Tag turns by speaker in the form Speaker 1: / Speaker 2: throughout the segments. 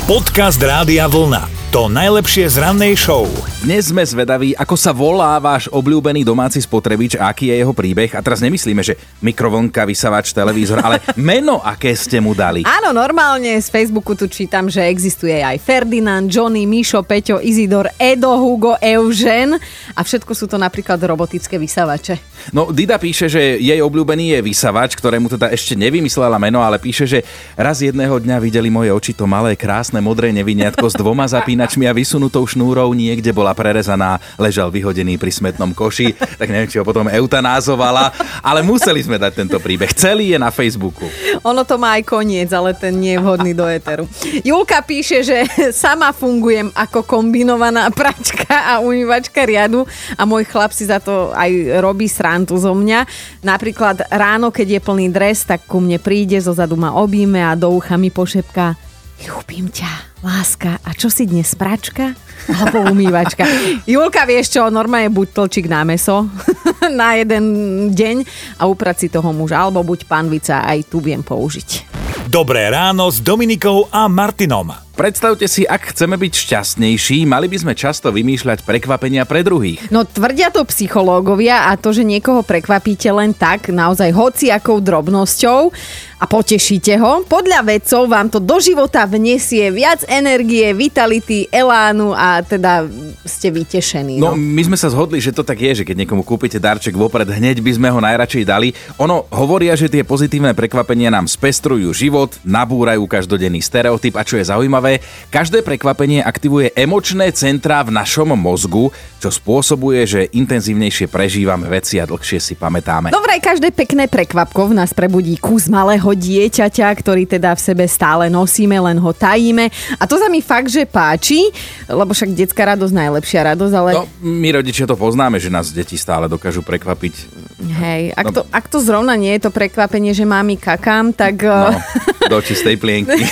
Speaker 1: Podcast Rádia Vlna. To najlepšie z rannej show.
Speaker 2: Dnes sme zvedaví, ako sa volá váš obľúbený domáci spotrebič a aký je jeho príbeh. A teraz nemyslíme, že mikrovlnka, vysavač, televízor, ale meno, aké ste mu dali.
Speaker 3: Áno, normálne z Facebooku tu čítam, že existuje aj Ferdinand, Johnny, Mišo, Peťo, Izidor, Edo, Hugo, Eugen a všetko sú to napríklad robotické vysavače.
Speaker 2: No, Dida píše, že jej obľúbený je vysavač, ktorému teda ešte nevymyslela meno, ale píše, že raz jedného dňa videli moje oči to malé, krásne, modré neviniatko s 2 zapínačmi a vysunutou šnúrou niekde bola prerezaná, ležal vyhodený pri smetnom koši, tak neviem, či ho potom eutanázovala, ale museli sme dať tento príbeh. Celý je na Facebooku.
Speaker 3: Ono to má aj koniec, ale ten nie je vhodný do éteru. Julka píše, že sama fungujem ako kombinovaná pračka a umývačka riadu a môj chlap si za to aj robí srandu zo mňa. Napríklad ráno, keď je plný dres, tak ku mne príde, zozadu ma objíme a do ucha mi pošepká: ľúbim ťa, láska, a čo si dnes, pračka? Alebo umývačka? Julka, vieš čo, normálne buď tlčík na mäso na jeden deň a uprať si toho muža, alebo buď panvica, aj tu viem použiť.
Speaker 1: Dobré ráno s Dominikou a Martinom.
Speaker 2: Predstavte si, ak chceme byť šťastnejší, mali by sme často vymýšľať prekvapenia pre druhých.
Speaker 3: No tvrdia to psychológovia a to, že niekoho prekvapíte len tak, naozaj hociakou drobnosťou a potešíte ho, podľa vedcov vám to do života vnesie viac energie, vitality, elánu a teda ste vytešení.
Speaker 2: No my sme sa zhodli, že to tak je, že keď niekomu kúpite darček vopred, hneď by sme ho najradšej dali. Ono hovoria, že tie pozitívne prekvapenia nám spestrujú život, nabúrajú každodenný stereotyp a čo je zaujímavé, každé prekvapenie aktivuje emočné centrá v našom mozgu, čo spôsobuje, že intenzívnejšie prežívame veci a dlhšie si pamätáme.
Speaker 3: No vraj každé pekné prekvapko v nás prebudí kus malého dieťaťa, ktorý teda v sebe stále nosíme, len ho tajíme. A to sa mi fakt, že páči, lebo však detská radosť najlepšia radosť, ale...
Speaker 2: No, my rodičia to poznáme, že nás deti stále dokážu prekvapiť.
Speaker 3: Hej, ak to zrovna nie je to prekvapenie, že mami kakám, tak...
Speaker 2: No, do čistej plienky.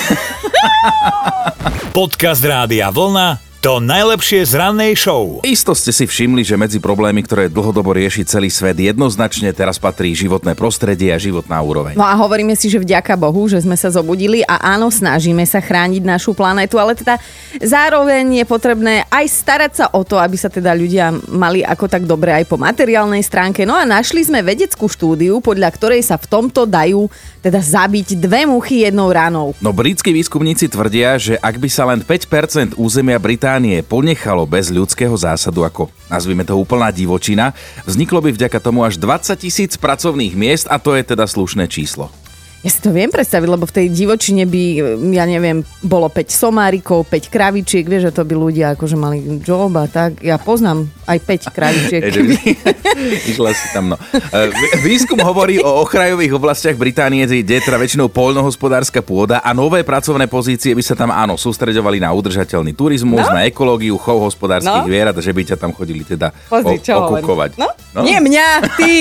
Speaker 1: Podcast Rádia Vlna. To najlepšie z rannej show.
Speaker 2: Isto ste si všimli, že medzi problémy, ktoré dlhodobo rieši celý svet, jednoznačne teraz patrí životné prostredie a životná úroveň.
Speaker 3: No a hovoríme si, že vďaka Bohu, že sme sa zobudili a áno, snažíme sa chrániť našu planétu, ale teda zároveň je potrebné aj starať sa o to, aby sa teda ľudia mali ako tak dobre aj po materiálnej stránke. No a našli sme vedeckú štúdiu, podľa ktorej sa v tomto dajú teda zabiť 2 muchy jednou ranou.
Speaker 2: No britskí výskumníci tvrdia, že ak by sa len 5% územia Británie ponechalo bez ľudského zásadu, ako nazvime to úplná divočina, vzniklo by vďaka tomu až 20 000 pracovných miest a to je teda slušné číslo.
Speaker 3: Ja si to viem predstaviť, lebo v tej divočine by, ja neviem, bolo 5 somárikov, 5 kravičiek, vieš, že to by ľudia akože mali job a tak. Ja poznám aj 5 kravičiek.
Speaker 2: Išla si tam, no. Výskum hovorí o okrajových oblastiach Británie, kde je teda väčšinou poľnohospodárska pôda a nové pracovné pozície by sa tam, áno, sústreďovali na udržateľný turizmus, na ekológiu, chov hospodárskych zvierat a že by ťa tam chodili teda okúkovať.
Speaker 3: No? Nie mňa, ty!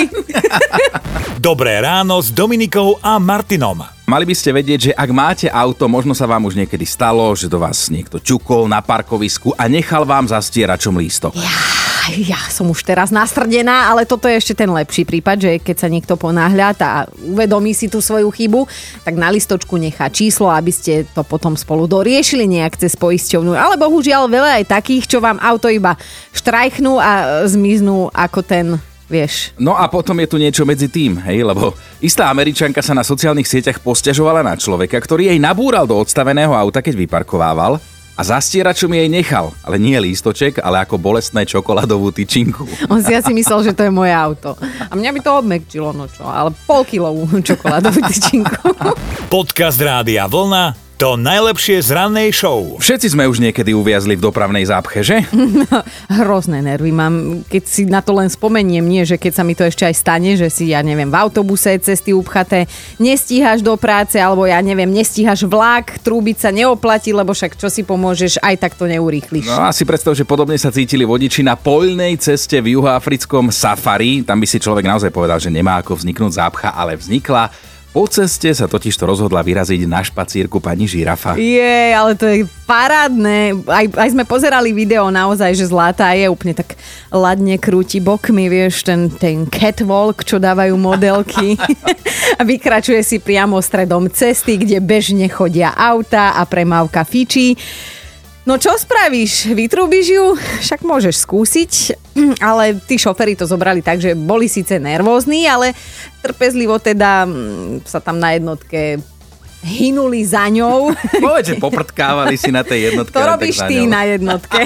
Speaker 1: Dobré ráno s Dominikou a Martinom.
Speaker 2: Mali by ste vedieť, že ak máte auto, možno sa vám už niekedy stalo, že do vás niekto čukol na parkovisku a nechal vám zastieračom lístok.
Speaker 3: Ja som už teraz nastrdená, ale toto je ešte ten lepší prípad, že keď sa niekto ponáhľa a uvedomí si tú svoju chybu, tak na listočku nechá číslo, aby ste to potom spolu doriešili nejak cez poisťovňu. Ale bohužiaľ veľa aj takých, čo vám auto iba štrajchnú a zmiznú ako ten... Vieš.
Speaker 2: No a potom je tu niečo medzi tým, hej, lebo istá Američanka sa na sociálnych sieťach posťažovala na človeka, ktorý jej nabúral do odstaveného auta, keď vyparkovával a zastieračom jej nechal, ale nie lístoček, ale ako bolestné čokoládovú tyčinku.
Speaker 3: On si asi myslel, že to je moje auto. A mňa by to obmekčilo, no čo, ale polkilovú čokoládovú tyčinku.
Speaker 1: Podcast Rádia Vlna. To najlepšie z rannej show.
Speaker 2: Všetci sme už niekedy uviazli v dopravnej zápche, že?
Speaker 3: Hrozné nervy mám, keď si na to len spomeniem, nie, že keď sa mi to ešte aj stane, že si, ja neviem, v autobuse cesty upchaté, nestíhaš do práce, alebo ja neviem, nestíhaš vlak, trúbiť sa neoplatí, lebo však čo si pomôžeš, aj tak to neurýchliš.
Speaker 2: No a si predstav, že podobne sa cítili vodiči na poľnej ceste v juhoafrickom safari. Tam by si človek naozaj povedal, že nemá ako vzniknúť zápcha, ale vznikla. Po ceste sa totižto rozhodla vyraziť na špacírku pani žirafa.
Speaker 3: Ale to je parádne. Aj sme pozerali video, naozaj, že zlatá je, úplne tak ladne krúti bokmi, vieš, ten catwalk, čo dávajú modelky. A vykračuje si priamo stredom cesty, kde bežne chodia auta a premávka fičí. No čo spravíš? Vytrúbiš ju? Však môžeš skúsiť, ale tí šoféri to zobrali tak, že boli síce nervózni, ale trpezlivo teda sa tam na jednotke hynuli za ňou.
Speaker 2: Povedz, že poprtkávali si na tej jednotke.
Speaker 3: To robíš ty na jednotke.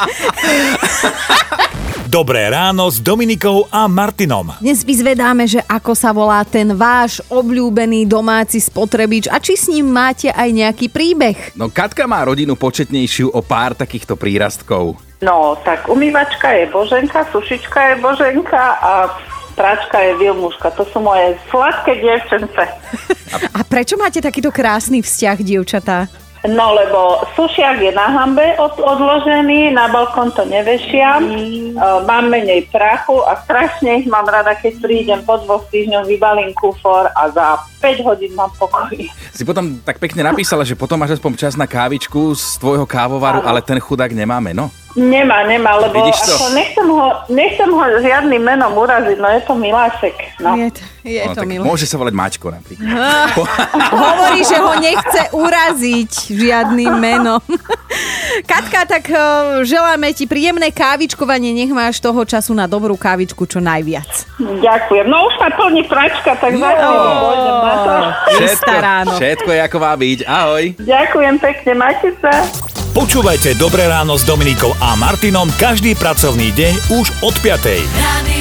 Speaker 1: Dobré ráno s Dominikou a Martinom.
Speaker 3: Dnes vyzvedáme, že ako sa volá ten váš obľúbený domáci spotrebič a či s ním máte aj nejaký príbeh.
Speaker 2: No Katka má rodinu početnejšiu o pár takýchto prírastkov.
Speaker 4: No, tak umývačka je Boženka, sušička je Boženka a práčka je Vilmuška. To sú moje sladké dievčence.
Speaker 3: A prečo máte takýto krásny vzťah, dievčatá?
Speaker 4: No, lebo sušiak je na hambe odložený, na balkón to nevešiam, mám menej prachu a strašne ich mám rada, keď prídem po 2 týždňoch, vybalím kufor a za 5 hodín mám pokoj.
Speaker 2: Si potom tak pekne napísala, že potom máš aspoň čas na kávičku z tvojho kávovaru, ale ten chudák nemá meno?
Speaker 4: Nemá, lebo ako nechcem ho žiadnym menom uraziť, no je to miláček. No.
Speaker 3: Je to milé.
Speaker 2: Môže sa volať Mačko napríklad.
Speaker 3: Hovorí, že ho nechce uraziť žiadnym menom. Katka, tak želáme ti príjemné kávičkovanie, nech máš toho času na dobrú kávičku čo najviac.
Speaker 4: Ďakujem. No už ma plní pračka, tak zatiaľ pôjdem na to.
Speaker 2: Všetko je ako má byť. Ahoj.
Speaker 4: Ďakujem pekne, majte sa.
Speaker 1: Počúvajte Dobré ráno s Dominikou a Martinom každý pracovný deň už od 5:00.